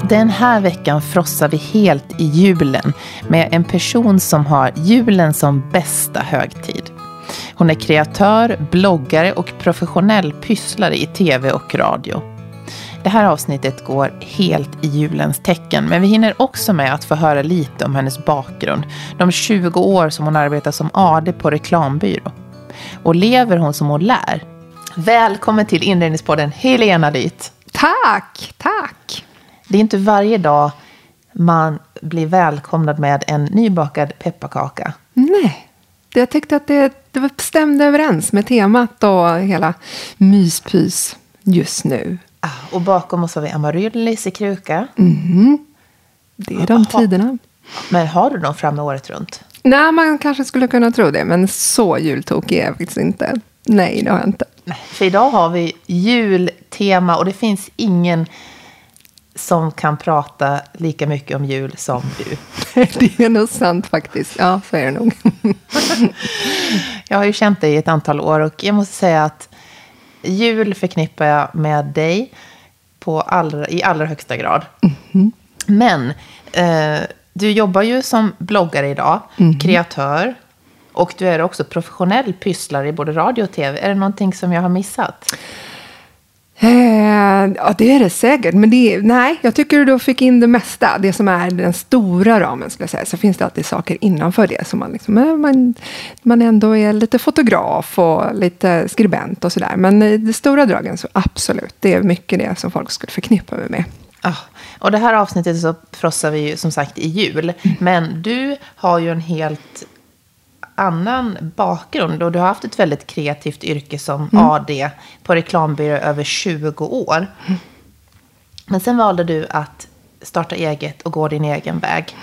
Den här veckan frossar vi helt i julen med en person som har julen som bästa högtid. Hon är kreatör, bloggare och professionell pysslare i tv och radio. Det här avsnittet går helt i julens tecken, men vi hinner också med att få höra lite om hennes bakgrund. De 20 år som hon arbetar som AD på reklambyrå. Och lever hon som hon lär. Välkommen till Inredningspodden Helena Lyth. Tack. Det är inte varje dag man blir välkomnad med en nybakad pepparkaka. Nej, jag tyckte att det stämde överens med temat och hela myspys just nu. Och bakom oss har vi amaryllis i kruka. Det är de tiderna. Men har du dem framme året runt? Nej, man kanske skulle kunna tro det, men så jultokig är jag faktiskt inte. Nej, det har jag inte. Nej, för idag har vi jultema och det finns ingen som kan prata lika mycket om jul som du. Det är nog sant faktiskt. Ja, så är det nog. Jag har ju känt dig i ett antal år och jag måste säga att jul förknippar jag med dig i allra högsta grad. Men du jobbar ju som bloggare idag, kreatör, och du är också professionell pysslare i både radio och tv. Är det någonting som jag har missat? Ja, det är det säkert. Men nej, jag tycker du fick in det mesta. Det som är den stora ramen, skulle jag säga. Så finns det alltid saker innanför det. Som man ändå är lite fotograf och lite skribent och sådär. Men det stora dragen, så absolut. Det är mycket det som folk skulle förknippa mig med. Och det här avsnittet så frossar vi ju som sagt i jul. Men du har ju en helt annan bakgrund och du har haft ett väldigt kreativt yrke som AD på reklambyrå över 20 år. Men sen valde du att starta eget och gå din egen väg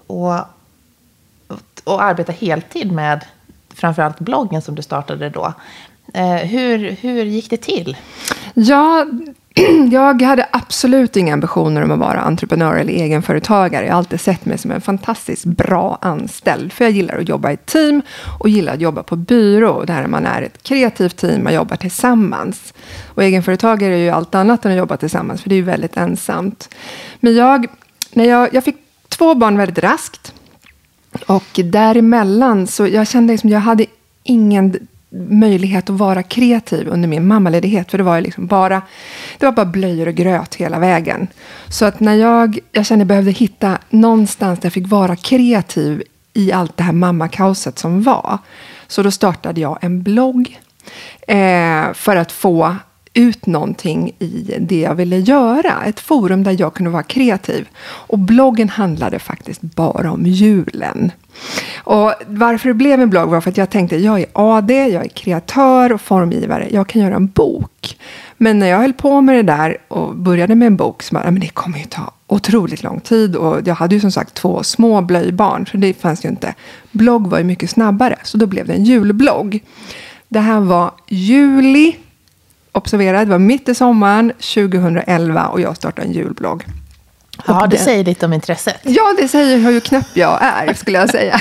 och arbeta heltid med framförallt bloggen som du startade då. Hur gick det till? Ja, jag hade absolut inga ambitioner om att vara entreprenör eller egenföretagare. Jag har alltid sett mig som en fantastiskt bra anställd. För jag gillar att jobba i team och gillar att jobba på byrå. Där man är ett kreativt team, man jobbar tillsammans. Och egenföretagare är ju allt annat än att jobba tillsammans, för det är ju väldigt ensamt. Men jag fick 2 barn väldigt raskt. Och däremellan så jag kände liksom jag hade ingen möjlighet att vara kreativ under min mammaledighet, för det var liksom bara blöjor och gröt hela vägen. Så att när jag kände jag behövde hitta någonstans där jag fick vara kreativ i allt det här mammakaoset som var, så då startade jag en blogg för att få ut någonting i det jag ville göra. Ett forum där jag kunde vara kreativ. Och bloggen handlade faktiskt bara om julen. Och varför det blev en blogg var för att jag tänkte, jag är AD, jag är kreatör och formgivare. Jag kan göra en bok. Men när jag höll på med det där och började med en bok så bara, men det kommer ju ta otroligt lång tid. Och jag hade ju som sagt 2 små blöjbarn, så det fanns ju inte. Blogg var ju mycket snabbare, så då blev det en julblogg. Det här var juli. Observera, det var mitt i sommaren 2011 och jag startade en julblogg. Ja, det säger lite om intresset. Ja, det säger hur knäpp jag är, skulle jag säga.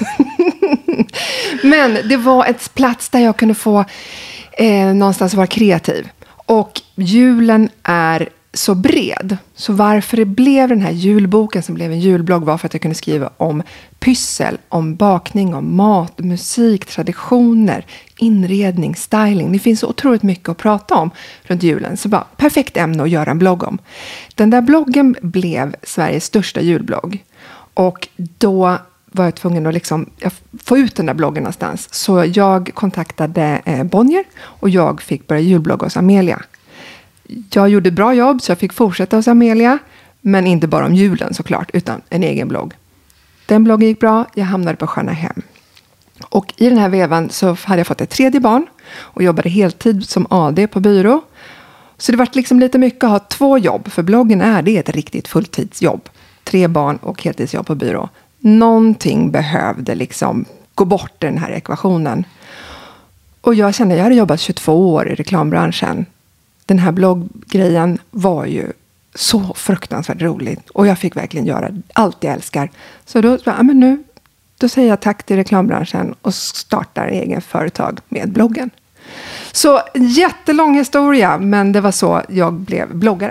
Men det var ett plats där jag kunde få någonstans vara kreativ. Och julen är så bred. Så varför det blev den här julboken som blev en julblogg var för att jag kunde skriva om pyssel, om bakning, om mat, musik, traditioner, inredning, styling. Det finns så otroligt mycket att prata om runt julen. Så bara perfekt ämne att göra en blogg om. Den där bloggen blev Sveriges största julblogg. Och då var jag tvungen att få ut den där bloggen någonstans. Så jag kontaktade Bonnier och jag fick börja julblogga hos Amelia. Jag gjorde bra jobb så jag fick fortsätta hos Amelia. Men inte bara om julen såklart, utan en egen blogg. Den bloggen gick bra, jag hamnade på Sköna Hem. Och i den här vevan så hade jag fått ett 3:e barn. Och jobbade heltid som AD på byrå. Så det var lite mycket att ha 2 jobb. För bloggen är ett riktigt fulltidsjobb. 3 barn och heltidsjobb på byrå. Någonting behövde gå bort i den här ekvationen. Och jag kände, jag hade jobbat 22 år i reklambranschen. Den här blogggrejen var ju så fruktansvärt roligt. Och jag fick verkligen göra allt jag älskar. Så då säger jag tack till reklambranschen och startar egen företag med bloggen. Så jättelång historia, men det var så jag blev bloggare.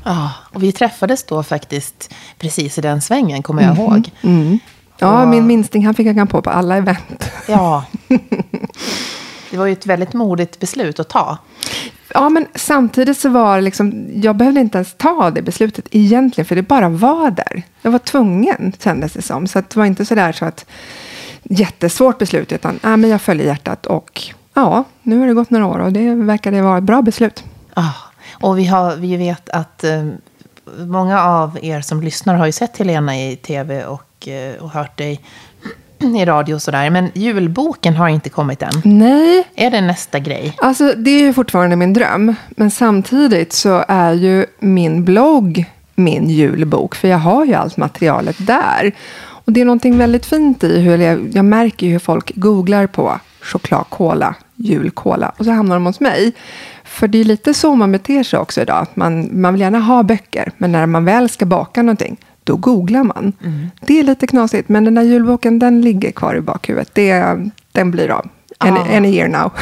Ja, och vi träffades då faktiskt precis i den svängen, kommer jag ihåg. Ja, min minsting, han fick hänga på alla event. Ja, det var ju ett väldigt modigt beslut att ta. Ja, men samtidigt så var det liksom, jag behövde inte ens ta det beslutet egentligen, för det bara var där. Jag var tvungen, kändes det som. Så att det var inte så att jättesvårt beslut, utan men jag följde hjärtat. Och ja, nu har det gått några år och det verkar vara ett bra beslut. Ja, och vi vet att många av er som lyssnar har ju sett Helena i tv och hört dig i radio och sådär. Men julboken har inte kommit än. Nej. Är det nästa grej? Alltså, det är ju fortfarande min dröm. Men samtidigt så är ju min blogg min julbok. För jag har ju allt materialet där. Och det är någonting väldigt fint i hur jag märker ju hur folk googlar på chokladkola, julkola. Och så hamnar de hos mig. För det är lite så man beter sig också idag. Man vill gärna ha böcker. Men när man väl ska baka någonting, då googlar man. Det är lite knasigt. Men den där julboken, den ligger kvar i bakhuvudet. Den blir av. Any year now.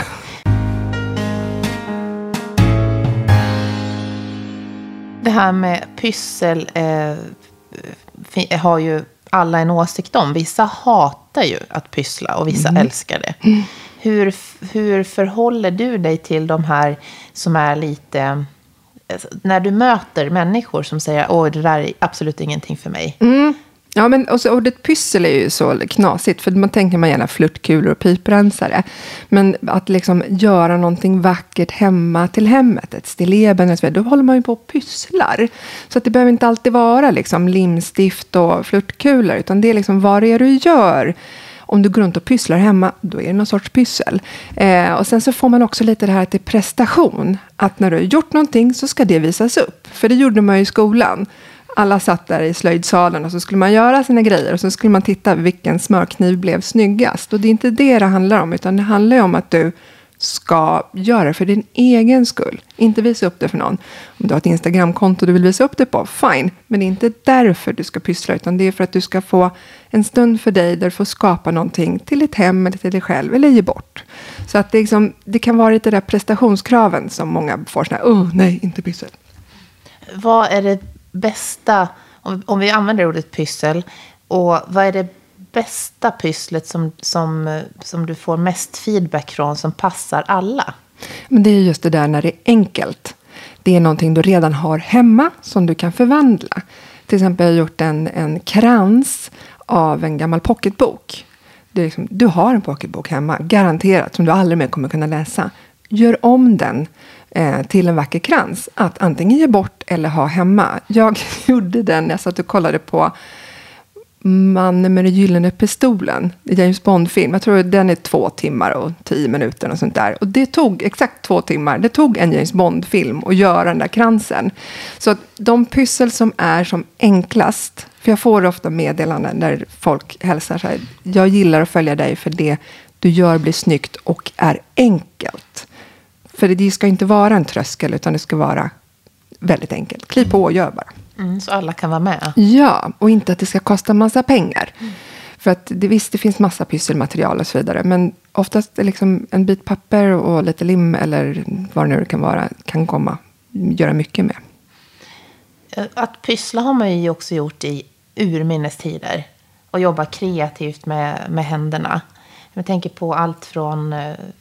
Det här med pyssel har ju alla en åsikt om. Vissa hatar ju att pyssla och vissa älskar det. Hur förhåller du dig till de här som är lite... När du möter människor som säger det där är absolut ingenting för mig. Ja, men ordet pyssel är ju så knasigt. För man tänker man gärna flörtkulor och piprensare. Men att liksom göra någonting vackert hemma till hemmet. Ett stilleben, då håller man ju på och pysslar. Så att det behöver inte alltid vara liksom limstift och flörtkulor. Utan det är liksom vad det är du gör. Om du går runt och pysslar hemma, då är det någon sorts pyssel. Och sen så får man också lite det här till prestation. Att när du har gjort någonting så ska det visas upp. För det gjorde man ju i skolan. Alla satt där i slöjdsalen och så skulle man göra sina grejer. Och så skulle man titta vilken smörkniv blev snyggast. Och det är inte det handlar om. Utan det handlar ju om att du ska göra det för din egen skull. Inte visa upp det för någon. Om du har ett Instagramkonto du vill visa upp det på, fine. Men det är inte därför du ska pyssla. Utan det är för att du ska få en stund för dig där du får skapa någonting till ditt hem eller till dig själv. Eller ge bort. Så att det kan vara lite där prestationskraven som många får såna här, nej, inte pyssel. Vad är det bästa, om vi använder ordet pyssel, och vad är det bästa pysslet som du får mest feedback från, som passar alla? Men det är just det där när det är enkelt. Det är någonting du redan har hemma som du kan förvandla. Till exempel har jag gjort en krans av en gammal pocketbok. Det är liksom, du har en pocketbok hemma, garanterat, som du aldrig mer kommer kunna läsa. Gör om den till en vacker krans. Att antingen ge bort eller ha hemma. Jag gjorde den, jag satt och kollade på Mannen med den gyllene pistolen, James Bond-film. Jag tror den är 2 timmar och 10 minuter och sånt där. Och det tog exakt 2 timmar. Det tog en James Bond-film att göra den där kransen. Så att de pyssel som är som enklast, för jag får ofta meddelanden när folk hälsar så här: jag gillar att följa dig för det du gör blir snyggt och är enkelt. För det ska inte vara en tröskel, utan det ska vara väldigt enkelt. Kliv på och gör bara. Så alla kan vara med. Ja, och inte att det ska kosta massa pengar. För att det finns massa pysselmaterial och så vidare. Men oftast är liksom en bit papper och lite lim eller vad det nu kan vara, kan göra mycket med. Att pyssla har man ju också gjort i urminnes tider. Och jobba kreativt med händerna. Jag tänker på allt från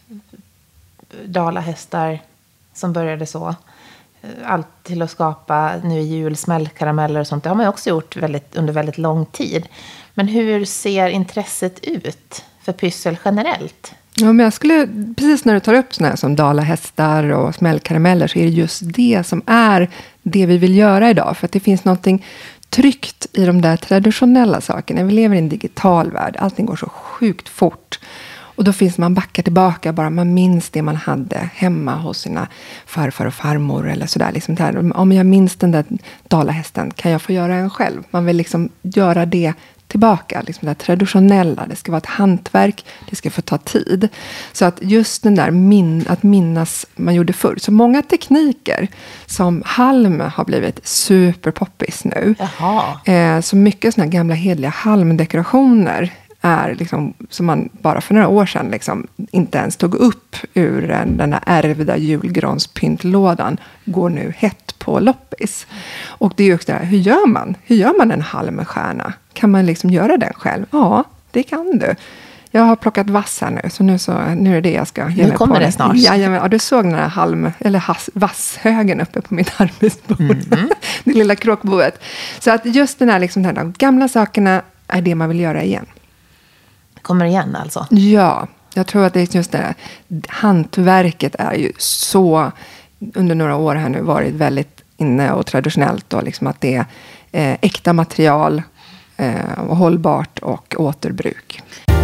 dalahästar som började så. Allt till att skapa nu i jul smällkarameller och sånt. Det har man ju också gjort under väldigt lång tid. Men hur ser intresset ut för pyssel generellt? Ja, men precis när du tar upp såna här som dalahästar och smällkarameller, så är det just det som är det vi vill göra idag. För att det finns någonting tryggt i de där traditionella sakerna. Vi lever i en digital värld. Allting går så sjukt fort. Och då finns man backar tillbaka, bara man minns det man hade hemma hos sina farfar och farmor eller sådär. Liksom om jag minns den där dalahästen, kan jag få göra en själv? Man vill liksom göra det tillbaka, liksom det traditionella. Det ska vara ett hantverk, det ska få ta tid. Så att just den där att minnas man gjorde förr. Så många tekniker som halm har blivit superpoppis nu. Jaha. Så mycket såna här gamla hedliga halmdekorationer är liksom, som man bara för några år sedan liksom inte ens tog upp ur den här ärvda julgranspyntlådan, går nu hett på loppis. Och det är ju också det här, hur gör man? Hur gör man en halmstjärna? Kan man liksom göra den själv? Ja, det kan du. Jag har plockat vass här nu, så nu är det jag ska ge nu mig kommer på. Det snart. Ja, du såg den här vasshögen uppe på mitt arbetsbord. Det lilla kråkboet. Så att just den här, liksom, de gamla sakerna är det man vill göra igen. Kommer igen alltså? Ja, jag tror att det är just det här. Hantverket är ju så, under några år här nu, varit väldigt inne och traditionellt. Och liksom att det är äkta material, och hållbart och återbruk.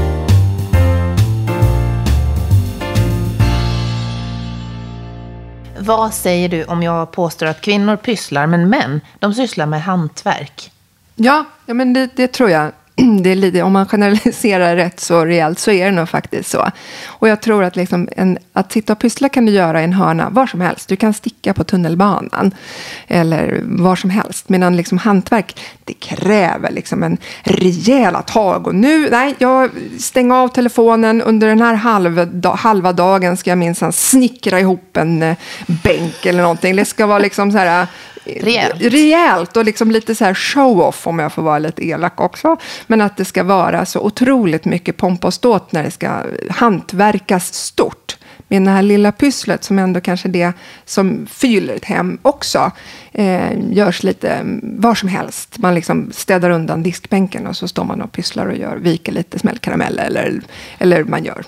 Vad säger du om jag påstår att kvinnor pysslar, men män, de sysslar med hantverk? Ja, men det tror jag. Det är lite, om man generaliserar rätt så rejält så är det nog faktiskt så. Och jag tror att, liksom att sitta och pyssla kan du göra i en hörna var som helst. Du kan sticka på tunnelbanan eller var som helst. Medan liksom hantverk, det kräver liksom en rejäla tag. Och nu, jag stänger av telefonen under den här halva dagen ska jag minsann snickra ihop en bänk eller någonting. Det ska vara liksom så här rejält och liksom lite så här show-off, om jag får vara lite elak också. Men att det ska vara så otroligt mycket pomp och ståt när det ska hantverkas stort. Med det här lilla pysslet som ändå kanske det som fyller ett hem också görs lite var som helst. Man liksom städar undan diskbänken och så står man och pysslar och viker lite smällkaramell eller man gör.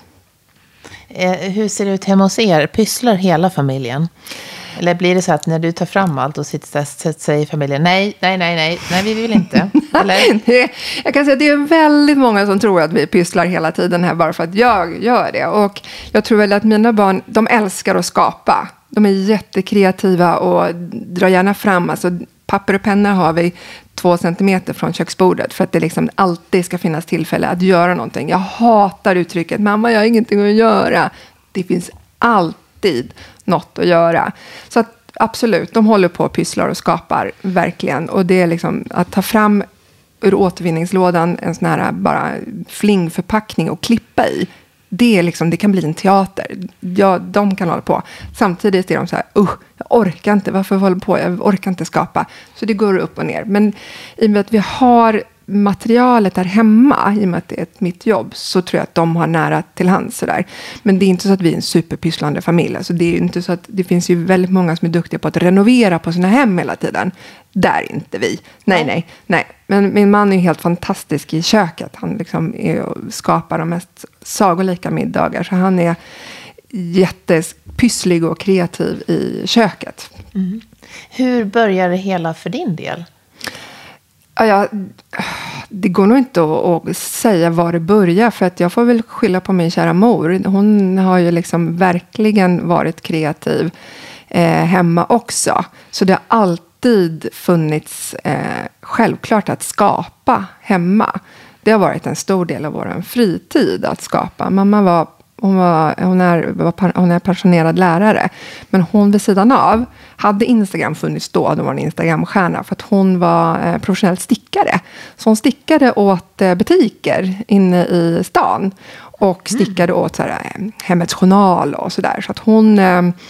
Hur ser det ut hemma hos er? Pysslar hela familjen? Eller blir det så att när du tar fram allt och säger familjen nej, vi vill inte? Eller? Jag kan säga att det är väldigt många som tror att vi pysslar hela tiden här bara för att jag gör det. Och jag tror väl att mina barn, de älskar att skapa. De är jättekreativa och drar gärna fram. Alltså, papper och penna har vi 2 centimeter från köksbordet för att det liksom alltid ska finnas tillfälle att göra någonting. Jag hatar uttrycket, mamma jag har ingenting att göra. Det finns alltid något att göra. Så att absolut, de håller på och pysslar och skapar verkligen. Och det är liksom att ta fram ur återvinningslådan en sån här bara flingförpackning och klippa i. Det är liksom, det kan bli en teater. Ja, de kan hålla på. Samtidigt är de så här, jag orkar inte, varför håller jag på? Jag orkar inte skapa. Så det går upp och ner. Men i och med att vi har materialet där hemma, i och med att det är mitt jobb, så tror jag att de har nära till hands sådär. Men det är inte så att vi är en superpysslande familj. Alltså det är ju inte så att det finns ju väldigt många som är duktiga på att renovera på sina hem hela tiden. Där är inte vi. Nej. Men min man är helt fantastisk i köket. Han liksom skapar de mest sagolika middagar. Så han är jättepysslig och kreativ i köket. Mm. Hur börjar det hela för din del? Ja, det går nog inte att säga var det börjar, för att jag får väl skylla på min kära mor. Hon har ju liksom verkligen varit kreativ hemma också. Så det har alltid funnits självklart att skapa hemma. Det har varit en stor del av vår fritid att skapa. Mamma hon är pensionerad lärare. Men hon vid sidan av hade Instagram funnits då. Hon var en Instagram-stjärna för att hon var professionell stickare. Så hon stickade åt butiker inne i stan. Och stickade åt så här, Hemmets Journal och sådär. Så att hon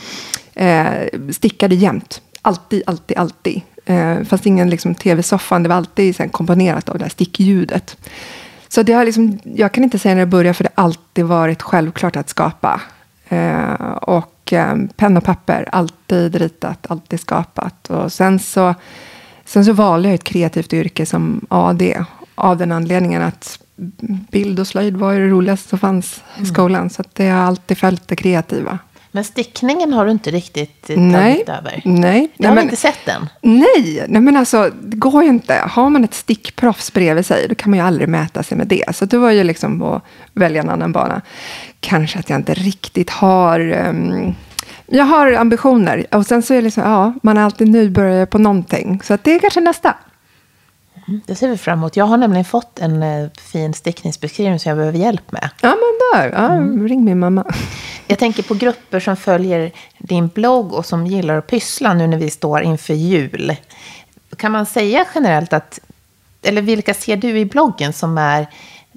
stickade jämt. Alltid. Fast ingen liksom, tv-soffan. Det var alltid så här, komponerat av det här stickljudet. Så det har liksom, jag kan inte säga när det börjar, för det har alltid varit självklart att skapa. Och penna och papper, alltid ritat, alltid skapat. Och sen så valde jag ett kreativt yrke som AD. Av den anledningen att bild och slöjd var ju det roligaste som fanns i skolan. Så att det har alltid följt det kreativa. Men stickningen har du inte riktigt tagit över? Nej. Jag har inte sett den. Nej, men alltså det går ju inte. Har man ett stickproffs bredvid sig, då kan man ju aldrig mäta sig med det. Så det var ju liksom att välja en annan bana. Kanske att jag inte riktigt har... jag har ambitioner. Och sen så är det liksom, man är alltid nybörjare på någonting. Så att det är kanske nästa. Det ser vi fram emot. Jag har nämligen fått en fin stickningsbeskrivning som jag behöver hjälp med. Ja, men där. Ja, ring min mamma. Jag tänker på grupper som följer din blogg och som gillar att pyssla nu när vi står inför jul. Kan man säga generellt att, eller vilka ser du i bloggen som är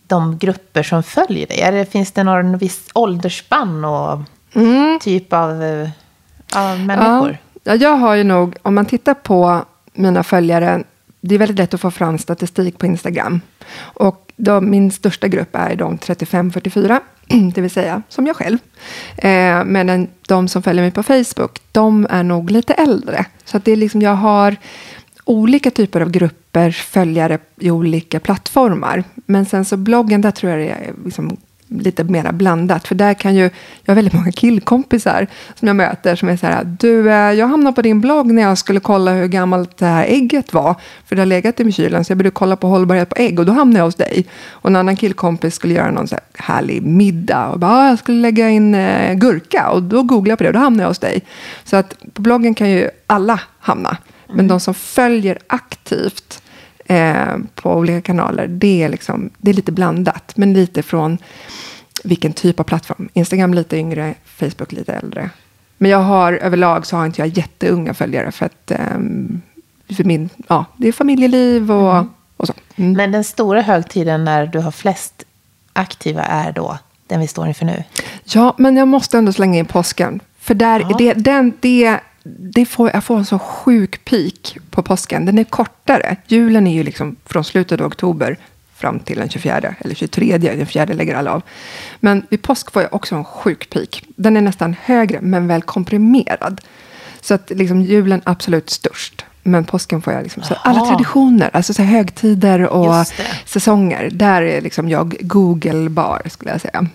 de grupper som följer dig? Finns det någon viss åldersspann och typ av människor? Ja, jag har ju nog, om man tittar på mina följare, det är väldigt lätt att få fram statistik på Instagram. Och min största grupp är de 35-44, det vill säga som jag själv. Medan de som följer mig på Facebook, de är nog lite äldre. Så att det är liksom, jag har olika typer av grupper, följare i olika plattformar. Men sen så bloggen, där tror jag det är liksom lite mer blandat. För där kan jag har väldigt många killkompisar som jag möter som är så här: du, jag hamnade på din blogg när jag skulle kolla hur gammalt det här ägget var. För det har legat i kylen, så jag började kolla på hållbarhet på ägg och då hamnade jag hos dig. Och en annan killkompis skulle göra någon så här härlig middag och bara, jag skulle lägga in gurka, och då googlade jag på det och då hamnade jag hos dig. Så att på bloggen kan ju alla hamna. Men de som följer aktivt på olika kanaler, det är lite blandat. Men lite från vilken typ av plattform. Instagram lite yngre, Facebook lite äldre. Men överlag så har inte jag jätteunga följare. För att det är familjeliv och så. Mm. Men den stora högtiden när du har flest aktiva är då den vi står inför nu? Ja, men jag måste ändå slänga in påsken. För där jag får en så sjuk peak på påsken. Den är kortare. Julen är ju liksom från slutet av oktober fram till den 24 eller 23. Den 4 lägger alla av. Men vid påsk får jag också en sjuk peak. Den är nästan högre men väl komprimerad. Så att liksom julen absolut störst. Men påsken får jag liksom så alla traditioner, alltså så högtider och säsonger. Där är liksom jag Google-bar, skulle jag säga.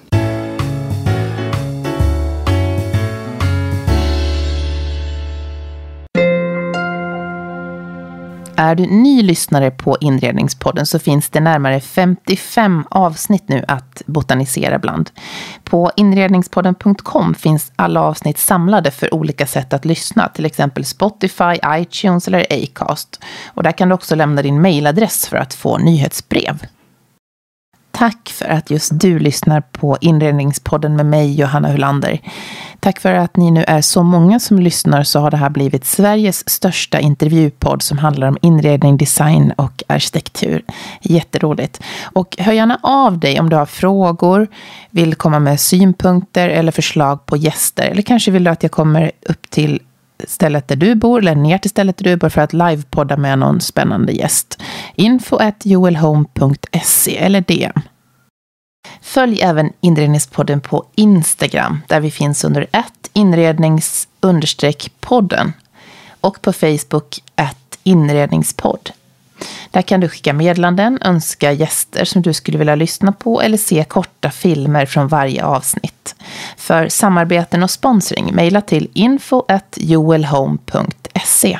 Är du ny lyssnare på Inredningspodden så finns det närmare 55 avsnitt nu att botanisera bland. På inredningspodden.com finns alla avsnitt samlade för olika sätt att lyssna, till exempel Spotify, iTunes eller Acast. Och där kan du också lämna din mejladress för att få nyhetsbrev. Tack för att just du lyssnar på Inredningspodden med mig, Johanna Hylander. Tack för att ni nu är så många som lyssnar, så har det här blivit Sveriges största intervjupodd som handlar om inredning, design och arkitektur. Jätteroligt. Och hör gärna av dig om du har frågor, vill komma med synpunkter eller förslag på gäster. Eller kanske vill du att jag kommer upp till stället där du bor eller ner till stället där du bor för att livepodda med någon spännande gäst. info@joelhome.se eller DM. Följ även Inredningspodden på Instagram där vi finns under @inrednings_podden och på Facebook @inredningspodd. Där kan du skicka meddelanden, önska gäster som du skulle vilja lyssna på eller se korta filmer från varje avsnitt. För samarbeten och sponsring, mejla till info@joelhome.se.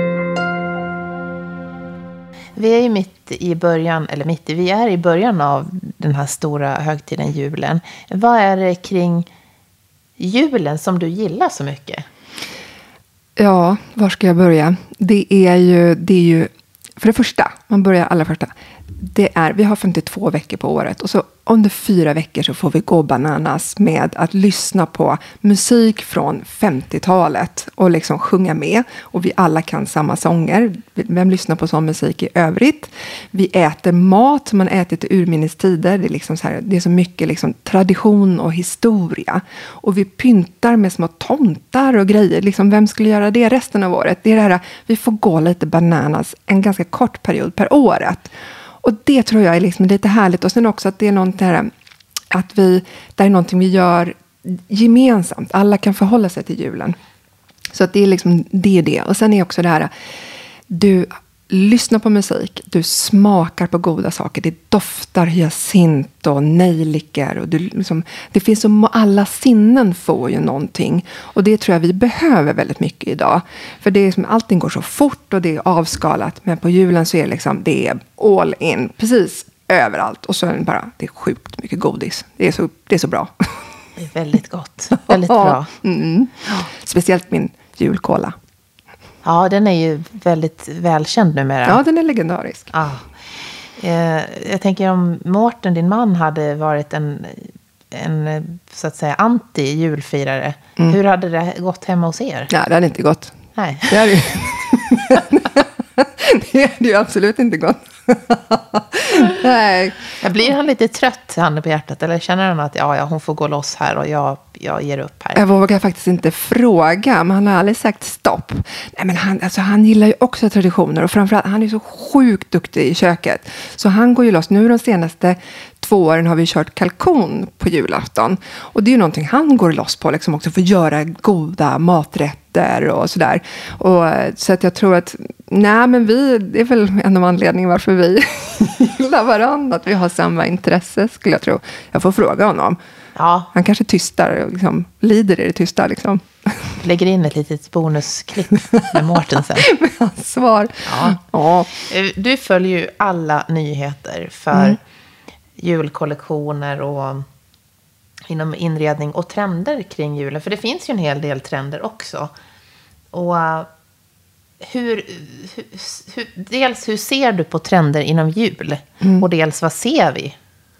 Vi är ju vi är i början av den här stora högtiden julen. Vad är det kring julen som du gillar så mycket? Ja, var ska jag börja? Det är ju för det första, man börjar allra första. Vi har 52 veckor på året och så under 4 veckor så får vi gå bananas med att lyssna på musik från 50-talet och liksom sjunga med. Och vi alla kan samma sånger. Vem lyssnar på sån musik i övrigt? Vi äter mat som man ätit i urminnes tider. Det är, liksom så här, det är så mycket liksom tradition och historia. Och vi pyntar med små tomtar och grejer. Liksom, vem skulle göra det resten av året? Det är det här, vi får gå lite bananas en ganska kort period per året. Och det tror jag är liksom lite härligt. Och sen också att det är något där, det är någonting vi gör gemensamt. Alla kan förhålla sig till julen. Så att det är liksom det. Och sen är också det här, du lyssnar på musik, du smakar på goda saker. Det doftar hyacint och nejlikor. Och det finns så, alla sinnen får ju någonting. Och det tror jag vi behöver väldigt mycket idag. För det är liksom, allting går så fort och det är avskalat. Men på julen så är det är all in, precis överallt. Och så är det är sjukt mycket godis. Det är så bra. Det är väldigt gott, väldigt bra. Mm. Speciellt min julkola. Ja, den är ju väldigt välkänd numera. Ja, den är legendarisk. Ja. Jag tänker om Mårten, din man, hade varit en så att säga anti-julfirare. Hur hade det gått hemma hos er? Ja, det hade inte gått. Nej. Det hade... Det är ju absolut inte gott. Nej. Blir han lite trött, handen på hjärtat? Eller känner han att hon får gå loss här och jag ger upp här? Jag vågar faktiskt inte fråga, men han har aldrig sagt stopp. Nej, men han gillar ju också traditioner. Och framförallt, han är så sjukt duktig i köket. Så han går ju loss. Nu de senaste 2 åren har vi kört kalkon på julafton. Och det är ju någonting han går loss på. Liksom också för att göra goda maträtter och sådär. Och så att jag tror att det är väl en av anledningarna varför vi gillar varandra. Att vi har samma intresse, skulle jag tro. Jag får fråga honom. Ja. Han kanske tystar och liksom, lider i det tysta. Liksom. Lägger in ett litet bonusklipp med Mårtensen. Med hans svar. Ja. Du följer ju alla nyheter för julkollektioner och inom inredning och trender kring julen. För det finns ju en hel del trender också. Och dels hur ser du på trender inom jul? Och dels vad ser vi?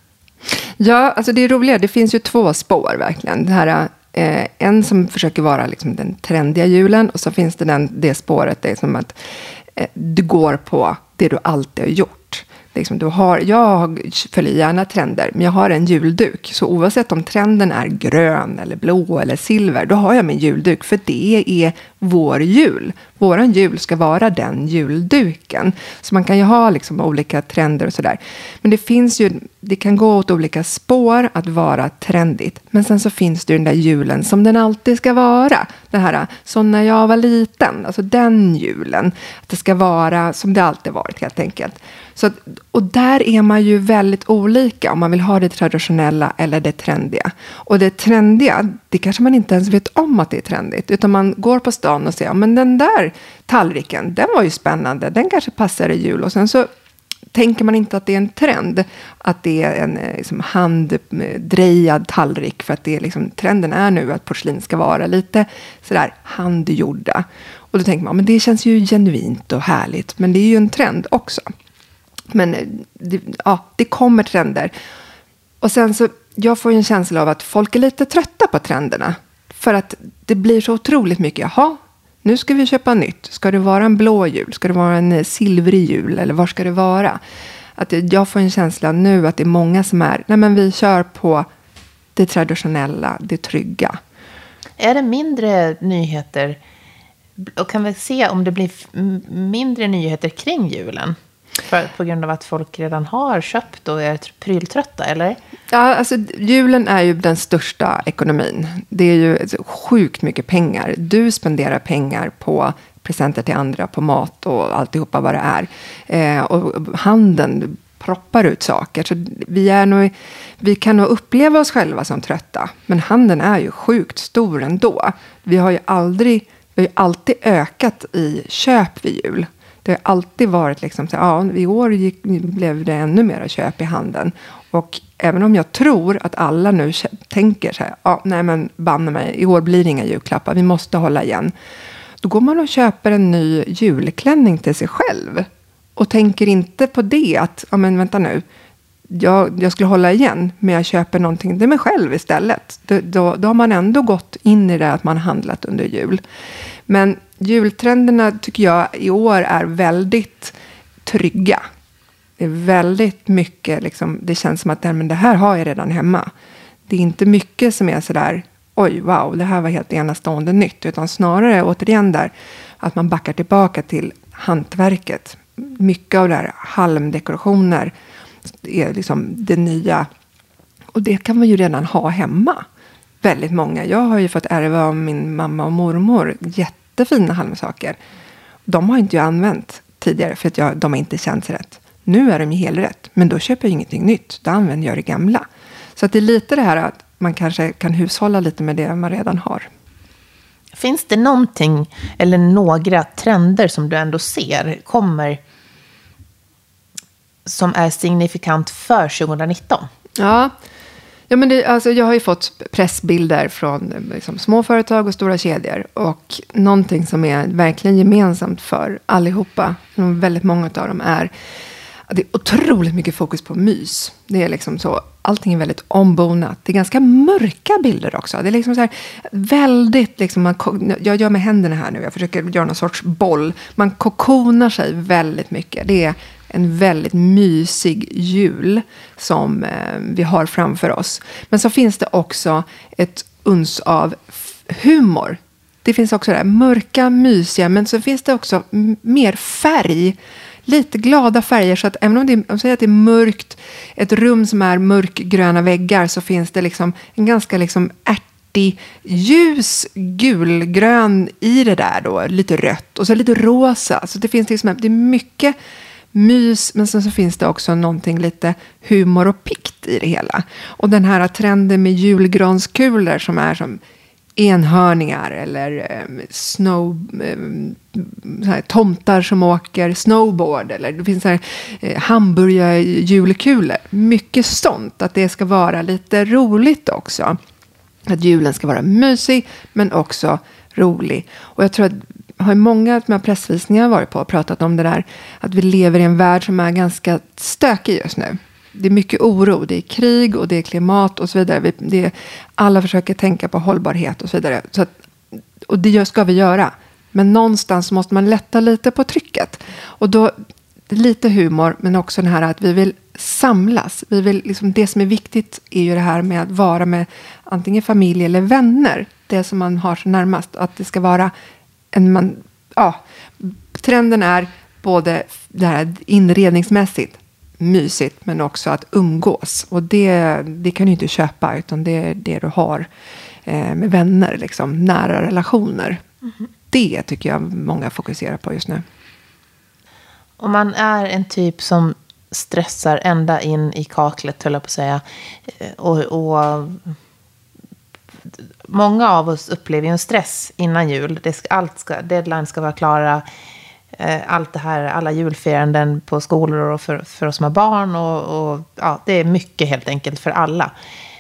Ja, alltså det är roligt. Det finns ju 2 spår verkligen. Det här, en som försöker vara liksom den trendiga julen. Och så finns det det spåret. Det är som att du går på det du alltid har gjort. Liksom, jag följer gärna trender, men jag har en julduk. Så oavsett om trenden är grön eller blå eller silver, då har jag min julduk. För det är vår jul. Våran jul ska vara den julduken. Så man kan ju ha liksom olika trender och sådär. Men det kan gå åt olika spår att vara trendigt. Men sen så finns det ju den där julen som den alltid ska vara. Det här, så när jag var liten, alltså den julen. Att det ska vara som det alltid varit helt enkelt. Så, och där är man ju väldigt olika om man vill ha det traditionella eller det trendiga. Och det trendiga, det kanske man inte ens vet om att det är trendigt. Utan man går på stan och säger, men den där tallriken, den var ju spännande. Den kanske passar i jul. Och sen så tänker man inte att det är en trend. Att det är en liksom, handdrejad tallrik. För att det är, liksom, trenden är nu att porslin ska vara lite sådär handgjorda. Och då tänker man, men det känns ju genuint och härligt. Men det är ju en trend också. Men det kommer trender. Och sen så, jag får ju en känsla av att folk är lite trötta på trenderna. För att det blir så otroligt mycket. Nu ska vi köpa nytt. Ska det vara en blå jul? Ska det vara en silvrig jul? Eller var ska det vara? Att jag får en känsla nu att det är många som men vi kör på det traditionella, det trygga. Är det mindre nyheter? Och kan vi se om det blir mindre nyheter kring julen? På grund av att folk redan har köpt och är pryltrötta, eller? Ja, alltså julen är ju den största ekonomin. Det är ju sjukt mycket pengar. Du spenderar pengar på presenter till andra, på mat och alltihopa vad det är. Och handeln proppar ut saker. Så vi kan nog uppleva oss själva som trötta. Men handeln är ju sjukt stor ändå. Vi har ju alltid ökat i köp vid jul. Det har alltid varit liksom så, i år blev det ännu mer köp i handeln. Och även om jag tror att alla nu tänker så här, nej men banne mig, i år blir det inga julklappar, vi måste hålla igen. Då går man och köper en ny julklänning till sig själv. Och tänker inte på det att, men vänta nu, jag skulle hålla igen, men jag köper någonting till mig själv istället. Då har man ändå gått in i det att man handlat under jul. Men jultrenderna tycker jag i år är väldigt trygga. Det är väldigt mycket, liksom, det känns som att det här har jag redan hemma. Det är inte mycket som är sådär, oj wow, det här var helt enastående nytt. Utan snarare återigen där att man backar tillbaka till hantverket. Mycket av det här halmdekorationer är liksom det nya. Och det kan man ju redan ha hemma. Väldigt många. Jag har ju fått ärva av min mamma och mormor jättefina halmsaker. De har inte jag använt tidigare för att de har inte känts rätt. Nu är de ju helt rätt. Men då köper jag ingenting nytt. Då använder jag det gamla. Så att det är lite det här att man kanske kan hushålla lite med det man redan har. Finns det någonting eller några trender som du ändå ser kommer som är signifikant för 2019? Ja, men jag har ju fått pressbilder från liksom, små företag och stora kedjor. Och någonting som är verkligen gemensamt för allihopa, väldigt många av dem, är att det är otroligt mycket fokus på mys. Det är liksom så, allting är väldigt ombonat. Det är ganska mörka bilder också. Det är liksom så här väldigt, liksom, jag gör med händerna här nu, jag försöker göra någon sorts boll. Man kokonar sig väldigt mycket. Det är en väldigt mysig jul som vi har framför oss. Men så finns det också ett uns av humor. Det finns också det här mörka, mysiga, men så finns det också mer färg. Lite glada färger, så att även om det är mörkt, ett rum som är mörkgröna väggar, så finns det liksom en ganska liksom ärtig, ljus gulgrön i det där då, lite rött och så lite rosa. Så det finns liksom, det är mycket mys, men sen så finns det också någonting lite humor och pikt i det hela. Och den här trenden med julgranskulor som är som enhörningar eller tomtar som åker snowboard, eller det finns så här hamburgerjulkulor. Mycket sånt, att det ska vara lite roligt också. Att julen ska vara mysig men också rolig. Och jag tror att har många med pressvisningar varit på och pratat om det där, att vi lever i en värld som är ganska stökig just nu. Det är mycket oro, det är krig och det är klimat och så vidare. Alla försöker tänka på hållbarhet och så vidare. Och det ska vi göra. Men någonstans måste man lätta lite på trycket. Och då lite humor, men också den här att vi vill samlas. Vi vill, liksom, det som är viktigt är ju det här med att vara med antingen familj eller vänner. Det som man har så närmast. Att det ska vara trenden är både det här inredningsmässigt mysigt, men också att umgås. Och det kan du inte köpa, utan det är det du har med vänner, liksom, nära relationer. Det tycker jag många fokuserar på just nu. Om man är en typ som stressar ända in i kaklet, höll jag på att säga, och många av oss upplever en stress innan jul. Deadline ska vara klara. Allt det här, alla julfiranden på skolor och för oss med barn. Och det är mycket helt enkelt för alla.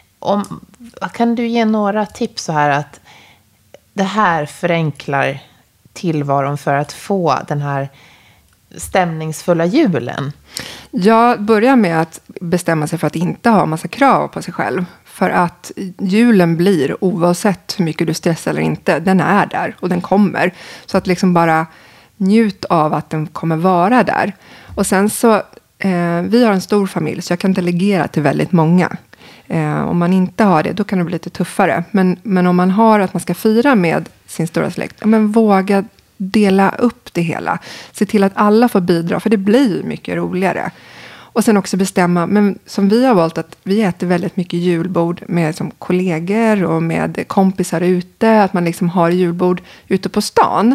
Kan du ge några tips så här att det här förenklar tillvaron för att få den här stämningsfulla julen? Jag börjar med att bestämma sig för att inte ha massa krav på sig själv. För att julen blir, oavsett hur mycket du stressar eller inte, den är där och den kommer. Så att liksom bara njut av att den kommer vara där. Och sen så, vi har en stor familj så jag kan delegera till väldigt många. Om man inte har det, då kan det bli lite tuffare. Men om man har att man ska fira med sin stora släkt, men våga dela upp det hela. Se till att alla får bidra, för det blir mycket roligare. Och sen också bestämma, men som vi har valt att vi äter väldigt mycket julbord med som kollegor och med kompisar ute. Att man liksom har julbord ute på stan.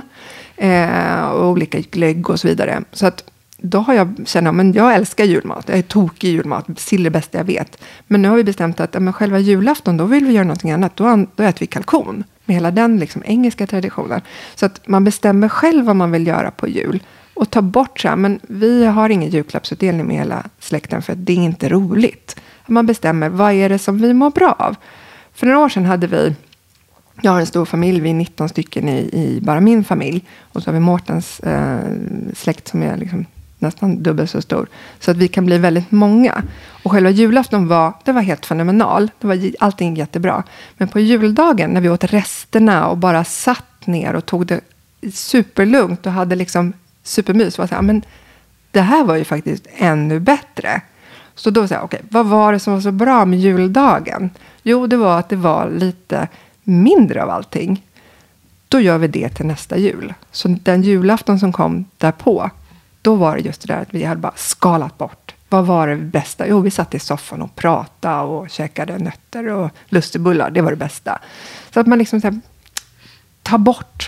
Och olika glögg och så vidare. Så att då har jag älskar julmat. Jag är tokig i julmat. Sill är det bästa jag vet. Men nu har vi bestämt att själva julafton, då vill vi göra någonting annat. Då äter vi kalkon. Med hela den liksom engelska traditionen. Så att man bestämmer själv vad man vill göra på jul. Och ta bort så här, men vi har ingen julklappsutdelning med hela släkten för att det är inte roligt. Man bestämmer, vad är det som vi mår bra av? För några år sedan jag har en stor familj, vi är 19 stycken i bara min familj. Och så har vi Mårtens släkt som är liksom nästan dubbelt så stor. Så att vi kan bli väldigt många. Och själva julafton var helt fenomenal. Det var allting jättebra. Men på juldagen när vi åt resterna och bara satt ner och tog det superlugnt och hade liksom supermys, var så här, men det här var ju faktiskt ännu bättre. Så då sa jag, okej, vad var det som var så bra med juldagen? Jo, det var att det var lite mindre av allting. Då gör vi det till nästa jul. Så den julafton som kom därpå, då var det just det där att vi hade bara skalat bort. Vad var det bästa? Jo, vi satt i soffan och pratade och käkade nötter och lustigullar. Det var det bästa. Så att man liksom så här, tar bort,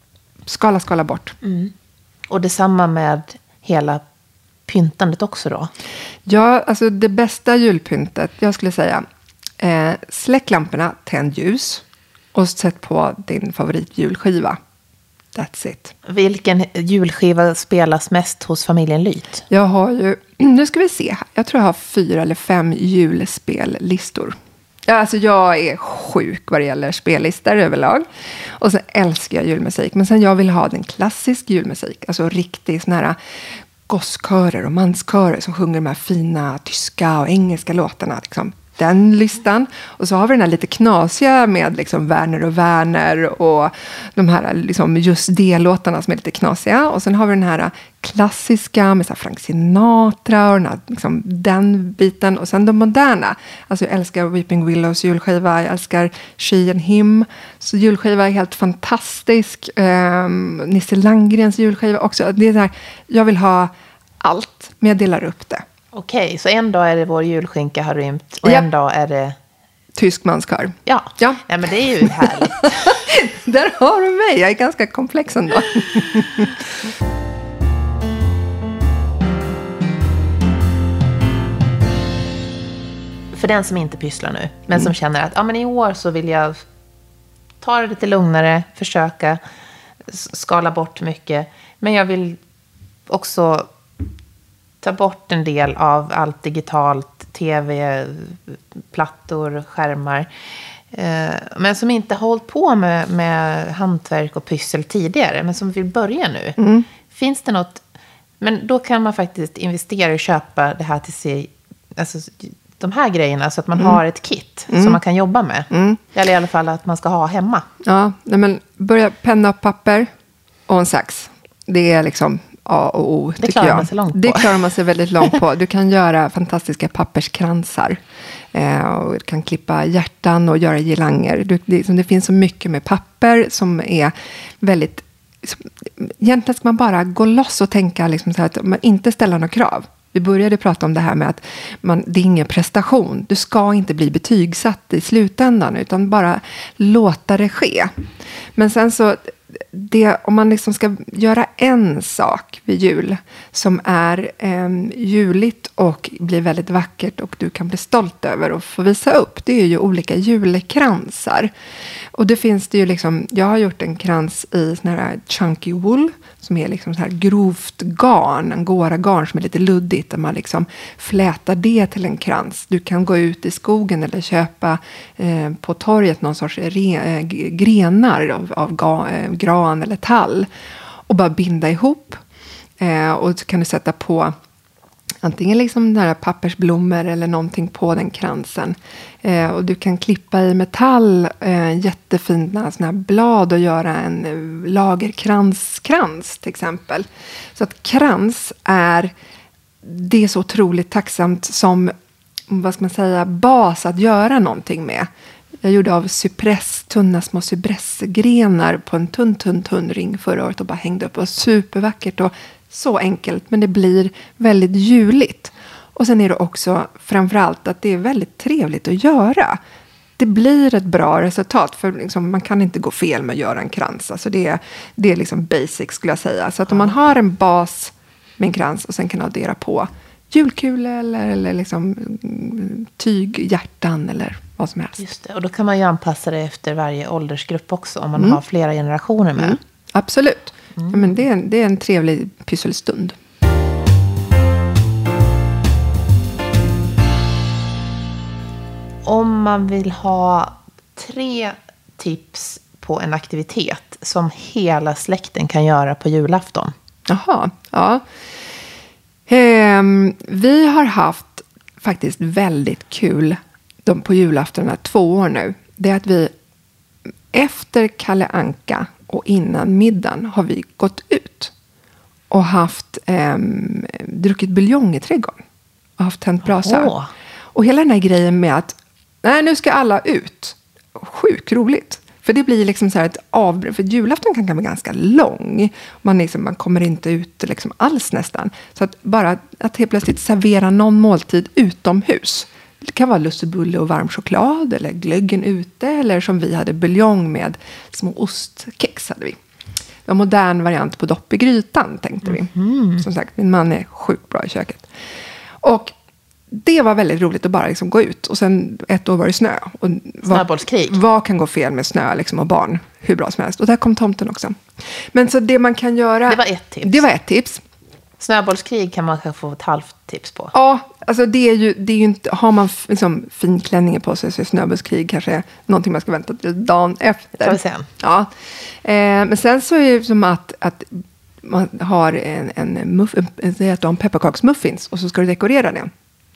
skala bort. Mm. Och detsamma med hela pyntandet också då? Ja, alltså det bästa julpyntet, jag skulle säga, släck lamporna, tänd ljus och sätt på din favoritjulskiva. That's it. Vilken julskiva spelas mest hos familjen Lyth? Jag har ju, nu ska vi se, jag tror jag har 4 eller 5 julspellistor. Ja, alltså jag är sjuk vad det gäller spellistor överlag. Och så älskar jag julmusik. Men sen jag vill ha den klassisk julmusik. Alltså riktigt såna här gosskörer och manskörer som sjunger de här fina tyska och engelska låtarna. Liksom. den listan. Och så har vi den här lite knasiga med liksom Werner och Werner och de här liksom just det-låtarna som är lite knasiga. Och sen har vi den här klassiska med så här Frank Sinatra och den, här, liksom, den biten. Och sen de moderna. Alltså jag älskar Weeping Willows julskiva, jag älskar She and Him. Så julskiva är helt fantastisk. Nisse Landgrens julskiva också. Det är så här, jag vill ha allt, men jag delar upp det. Okej, så en dag är det vår julskinka har rymt och en dag är det... Tysk manskör. Ja. Nej, men det är ju härligt. Där har du mig, jag är ganska komplex ändå. För den som inte pysslar nu, men som känner att men i år så vill jag ta det lite lugnare, försöka skala bort mycket. Men jag vill också ta bort en del av allt digitalt, tv, plattor, skärmar. Men som inte har hållit på med hantverk och pyssel tidigare, men som vill börja nu. Finns det något... Men då kan man faktiskt investera och köpa det här till sig... Alltså, de här grejerna så att man har ett kit som man kan jobba med. Eller i alla fall att man ska ha hemma. Ja, men börja penna och papper och en sax. Det är liksom A och O, det klarar man sig långt på. Det klarar man sig väldigt långt på. Du kan göra fantastiska papperskransar. Och du kan klippa hjärtan och göra girlanger. Det finns så mycket med papper som är väldigt... Egentligen ska man bara gå loss och tänka liksom så här att man inte ställer några krav. Vi började prata om det här med att det är ingen prestation. Du ska inte bli betygsatt i slutändan utan bara låta det ske. Men sen så, om man liksom ska göra en sak vid jul som är juligt och blir väldigt vackert och du kan bli stolt över och få visa upp, det är ju olika julkransar. Och det finns det ju liksom, jag har gjort en krans i sån här chunky wool som är liksom så här grovt garn, angora-garn som är lite luddigt där man liksom flätar det till en krans. Du kan gå ut i skogen eller köpa på torget någon sorts grenar av gran eller tall och bara binda ihop. Och så kan du sätta på antingen liksom några pappersblommor eller någonting på den kransen. Och du kan klippa i metall jättefina såna här blad och göra en lagerkrans till exempel. Så att krans det är så otroligt tacksamt som, vad ska man säga, bas att göra någonting med. Jag gjorde av tunna små cypressgrenar på en tunn ring förra året och bara hängde upp. Och supervackert och så enkelt, men det blir väldigt juligt. Och sen är det också framförallt att det är väldigt trevligt att göra. Det blir ett bra resultat, för liksom, man kan inte gå fel med att göra en krans. Alltså det är liksom basic skulle jag säga. Så att om man har en bas med en krans och sen kan addera på julkulor eller liksom tyg, hjärtan eller vad som helst. Just det, och då kan man ju anpassa det efter varje åldersgrupp också om man har flera generationer med. Absolut. Ja, men det är en trevlig pysselstund. Om man vill ha 3 tips på en aktivitet som hela släkten kan göra på julafton. Jaha, ja. Vi har haft faktiskt väldigt kul på julafton 2 år nu. Det är att vi efter Kalle Anka och innan middagen har vi gått ut och haft druckit buljong i trädgården och haft tänt brasa. Och hela den här grejen med att nu ska alla ut. Sjukt roligt. För det blir liksom så här ett avbrott. För julafton kan vara ganska lång. Man kommer inte ut liksom alls nästan. Så att bara att helt plötsligt servera någon måltid utomhus. Det kan vara lussebulle och varm choklad. Eller glöggen ute. Eller som vi hade buljong med små ostkex hade vi. En modern variant på dopp i grytan tänkte vi. Som sagt, min man är sjukt bra i köket. Och det var väldigt roligt att bara liksom gå ut. Och sen ett år var det snö. Och Snöbollskrig. Vad kan gå fel med snö liksom, och barn? Hur bra som helst. Och där kom tomten också. Men så det man kan göra... Det var ett tips. tips. Snöbollskrig kan man kanske få ett halvt tips på. Ja, alltså det är ju inte... Har man liksom finklänningen på sig så är snöbollskrig kanske någonting man ska vänta till dagen efter. Får vi se. Ja. Men sen så är det som att man har en pepparkaksmuffins och så ska du dekorera det.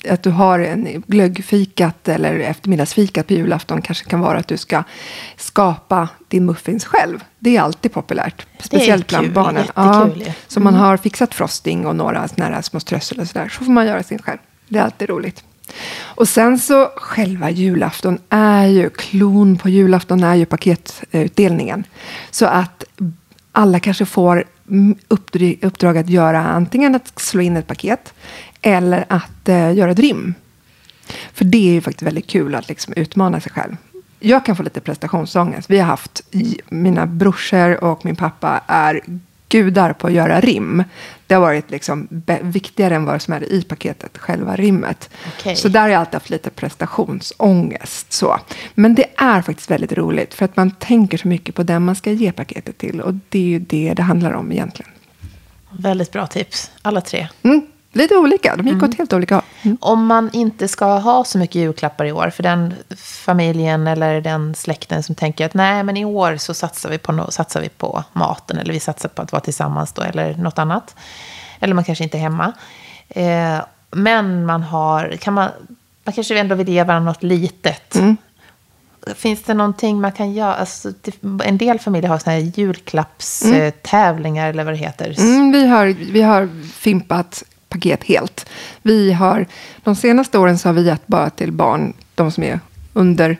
att du har en glöggfikat eller eftermiddagsfikat på julafton kanske kan vara att du ska skapa din muffins själv. Det är alltid populärt. Speciellt bland barnen. Jättekul. Så man har fixat frosting och några såna här små strössel och sådär. Så får man göra sin själv. Det är alltid roligt. Och sen så själva julafton är ju, klon på julafton är ju paketutdelningen. Så att alla kanske får uppdrag att göra antingen att slå in ett paket eller att göra ett rim. För det är ju faktiskt väldigt kul att liksom utmana sig själv. Jag kan få lite prestationsångest. Vi har haft, mina brorsor och min pappa är gudar på att göra rim. Det har varit liksom viktigare än vad som är i paketet, själva rimmet. Okay. Så där har jag alltid haft lite prestationsångest. Så. Men det är faktiskt väldigt roligt för att man tänker så mycket på den man ska ge paketet till. Och det är ju det handlar om egentligen. Väldigt bra tips, alla 3. Lite olika, de gick åt helt olika håll. Om man inte ska ha så mycket julklappar i år, för den familjen eller den släkten som tänker att nej, men i år så satsar vi på maten, eller vi satsar på att vara tillsammans då, eller något annat. Eller man kanske inte är hemma. Men man kanske ändå vill ge varandra något litet. Finns det någonting man kan göra? Alltså, en del familjer har såna här julklappstävlingar eller vad det heter. Vi har fimpat paket helt. De senaste åren så har vi gett bara till barn, de som är under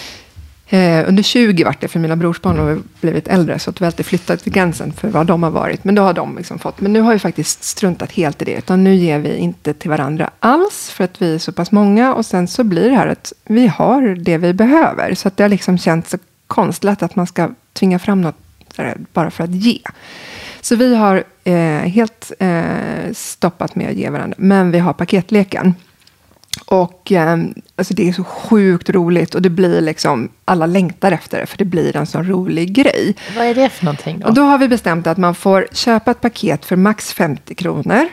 20 vart det, för mina brorsbarn har blivit äldre, så att vi alltid flyttat till gränsen för vad de har varit. Men då har de liksom fått. Men nu har vi faktiskt struntat helt i det. Utan nu ger vi inte till varandra alls för att vi är så pass många. Och sen så blir det här att vi har det vi behöver. Så att det har liksom känts så konstlat att man ska tvinga fram något bara för att ge. Så vi har helt stoppat med att ge varandra. Men vi har paketleken. Och alltså det är så sjukt roligt. Och det blir liksom, alla längtar efter det. För det blir en sån rolig grej. Vad är det för någonting då? Och då har vi bestämt att man får köpa ett paket för max 50 kronor.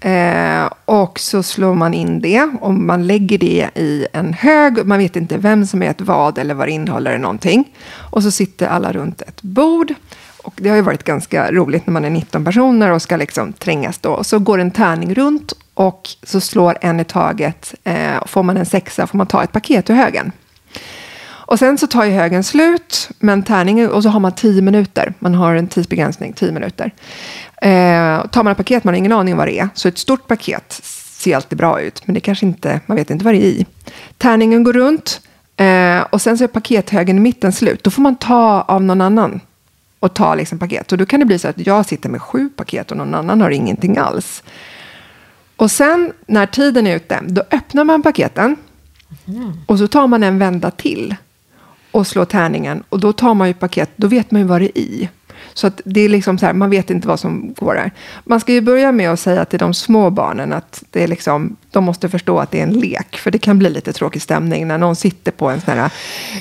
Och så slår man in det. Och man lägger det i en hög. Man vet inte vem som är ett vad eller vad det innehåller någonting. Och så sitter alla runt ett bord. Och det har ju varit ganska roligt när man är 19 personer och ska liksom trängas då. Och så går en tärning runt och så slår en i taget. Får man en 6 får man ta ett paket ur högen. Och sen så tar ju högen slut, men tärningen, och så har man 10 minuter. Man har en tidsbegränsning, 10 minuter. Tar man ett paket, man har ingen aning vad det är. Så ett stort paket ser alltid bra ut, men det kanske inte, man vet inte vad det är i. Tärningen går runt och sen så är pakethögen i mitten slut. Då får man ta av någon annan och ta liksom paket. Och då kan det bli så att jag sitter med 7 paket och någon annan har ingenting alls. Och sen när tiden är ute, då öppnar man paketen. Och så tar man en vända till och slår tärningen. Och då tar man ju paket, då vet man ju vad det är i. Så att det är liksom så här, man vet inte vad som går där. Man ska ju börja med att säga till de små barnen att det är liksom, de måste förstå att det är en lek. För det kan bli lite tråkig stämning när någon sitter på en sån här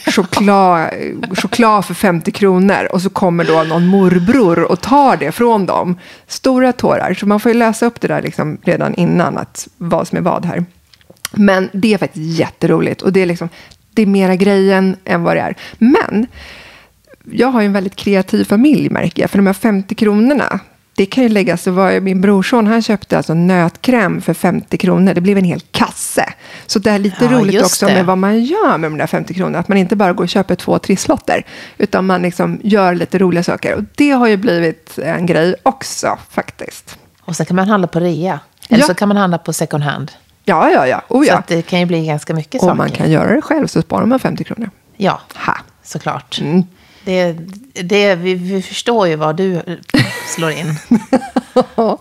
choklad för 50 kronor. Och så kommer då någon morbror och tar det från dem. Stora tårar. Så man får ju läsa upp det där liksom redan innan, att vad som är vad här. Men det är faktiskt jätteroligt. Och det är liksom, det är mera grejen än vad det är. Men jag har ju en väldigt kreativ familj, märker jag. För de här 50 kronorna, det kan ju läggas, så var min brorson, han köpte alltså nötkräm för 50 kronor. Det blev en hel kasse. Så det är lite roligt också med vad man gör med de där 50 kronorna. Att man inte bara går och köper 2 trisslotter. Utan man liksom gör lite roliga saker. Och det har ju blivit en grej också, faktiskt. Och sen kan man handla på rea. Eller så kan man handla på second hand. Ja. Så att det kan ju bli ganska mycket saker. Och man kan göra det själv, så sparar man 50 kronor. Ja, såklart. Vi förstår ju vad du slår in. Ja.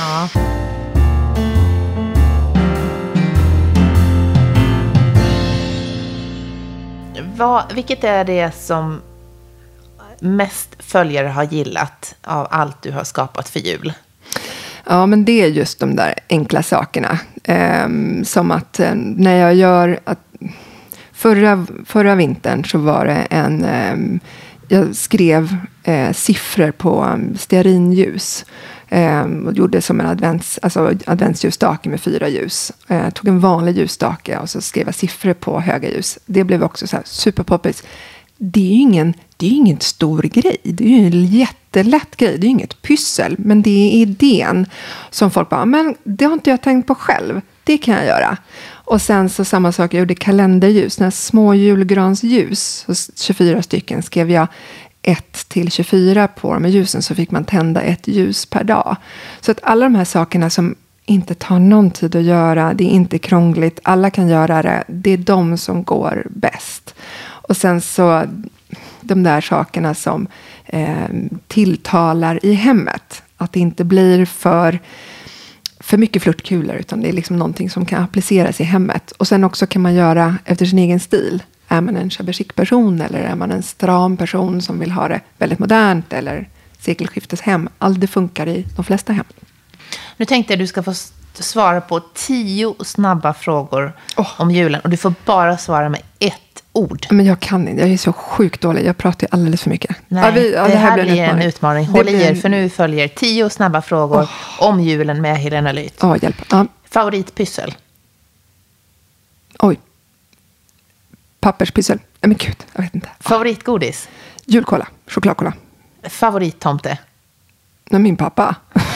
Vilket är det som mest följare har gillat av allt du har skapat för jul? Ja, men det är just de där enkla sakerna. Som att när jag gör... Förra vintern så var det jag skrev siffror på stearinljus. Och gjorde som en adventsljusstake med 4 ljus. Tog en vanlig ljusstake och så skrev jag siffror på höga ljus. Det blev också så här superpoppis. Det är ju ingen stor grej. Det är ju en jättelätt grej. Det är ju inget pyssel. Men det är idén som folk bara, men det har inte jag tänkt på själv. Det kan jag göra. Och sen så samma sak, jag gjorde kalenderljus. När små julgransljus, 24 stycken, skrev jag 1-24 på de här ljusen, så fick man tända ett ljus per dag. Så att alla de här sakerna som inte tar någon tid att göra, det är inte krångligt, alla kan göra det, det är de som går bäst. Och sen så de där sakerna som tilltalar i hemmet. Att det inte blir för mycket flörtkulor, utan det är liksom någonting som kan appliceras i hemmet. Och sen också kan man göra efter sin egen stil. Är man en chabashik-person eller är man en stram person som vill ha det väldigt modernt eller sekelskifteshem? Allt det funkar i de flesta hem. Nu tänkte jag att du ska få svara på 10 snabba frågor om julen. Och du får bara svara med ett ord. Men jag kan inte, jag är så sjukt dålig. Jag pratar ju alldeles för mycket. Nej, det här blir en utmaning. Håll i er, för nu följer 10 snabba frågor om julen med Helena Lyth. Hjälp. Ja. Favoritpyssel? Oj. Papperspyssel. Men gud, jag vet inte. Favoritgodis? Julkola, chokladkola. Favorittomte? Min pappa.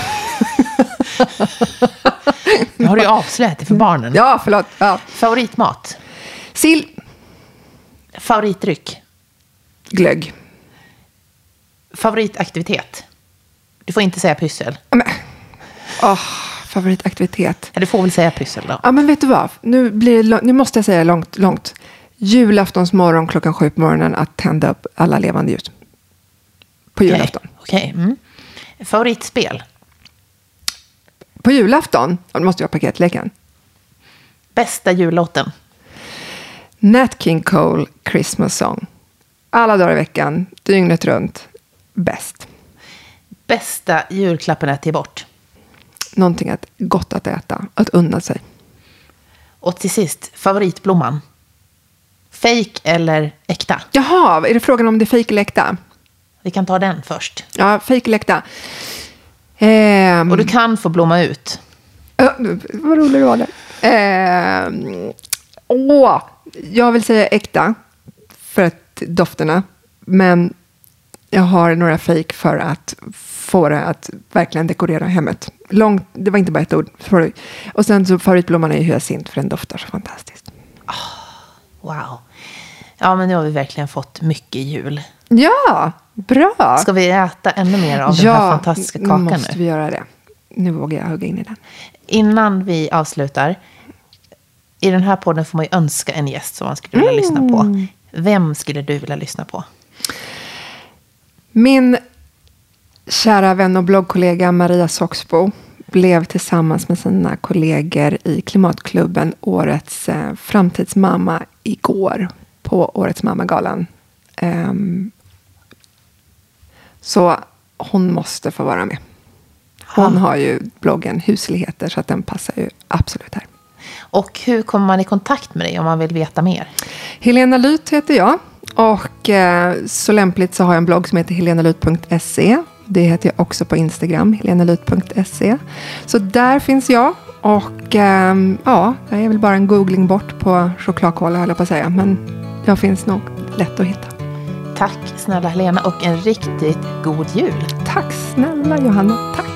Nu har du avslöjat det för barnen. Ja, förlåt. Ja. Favoritmat? Sill. Favoritdryck? Glögg. Favoritaktivitet? Du får inte säga pyssel. Favoritaktivitet. Du får väl säga pyssel då. Ja, men vet du vad? Nu måste jag säga långt. Julaftonsmorgon 7:00 på morgonen att tända upp alla levande ljus. På julafton. Okej. Mm. Favoritspel? På julafton? Då måste jag ha paketleken. Bästa jullåten? Nat King Cole, Christmas Song. Alla dagar i veckan, dygnet runt. Bäst. Bästa julklappen att ge bort? Någonting gott att äta, att unna sig. Och till sist, favoritblomman? Fake eller äkta? Jaha, är det frågan om det är fake eller äkta? Vi kan ta den först. Ja, fake eller äkta. Och du kan få blomma ut. Vad roligt det var det. Jag vill säga äkta för att dofterna. Men jag har några fake för att få det att verkligen dekorera hemmet. Det var inte bara ett ord. Och sen så favoritblomman är hyacint för den doftar så fantastiskt. Wow. Ja, men nu har vi verkligen fått mycket jul. Ja, bra. Ska vi äta ännu mer av den här fantastiska kakan nu? Ja, måste vi göra det. Nu vågar jag hugga in i den. Innan vi avslutar, i den här podden får man ju önska en gäst som man skulle vilja lyssna på. Vem skulle du vilja lyssna på? Min kära vän och bloggkollega Maria Soxbo blev tillsammans med sina kollegor i Klimatklubben årets framtidsmamma igår på årets mammagalan. Så hon måste få vara med. Hon har ju bloggen Husligheter, så att den passar ju absolut här. Och hur kommer man i kontakt med dig om man vill veta mer? Helena Lyth heter jag. Och så lämpligt så har jag en blogg som heter helenalyth.se. Det heter jag också på Instagram, helenalyth.se. Så där finns jag. Och det är väl bara en googling bort på chokladkola, höll jag på att säga. Men jag finns nog lätt att hitta. Tack snälla Helena och en riktigt god jul. Tack snälla Johanna, tack.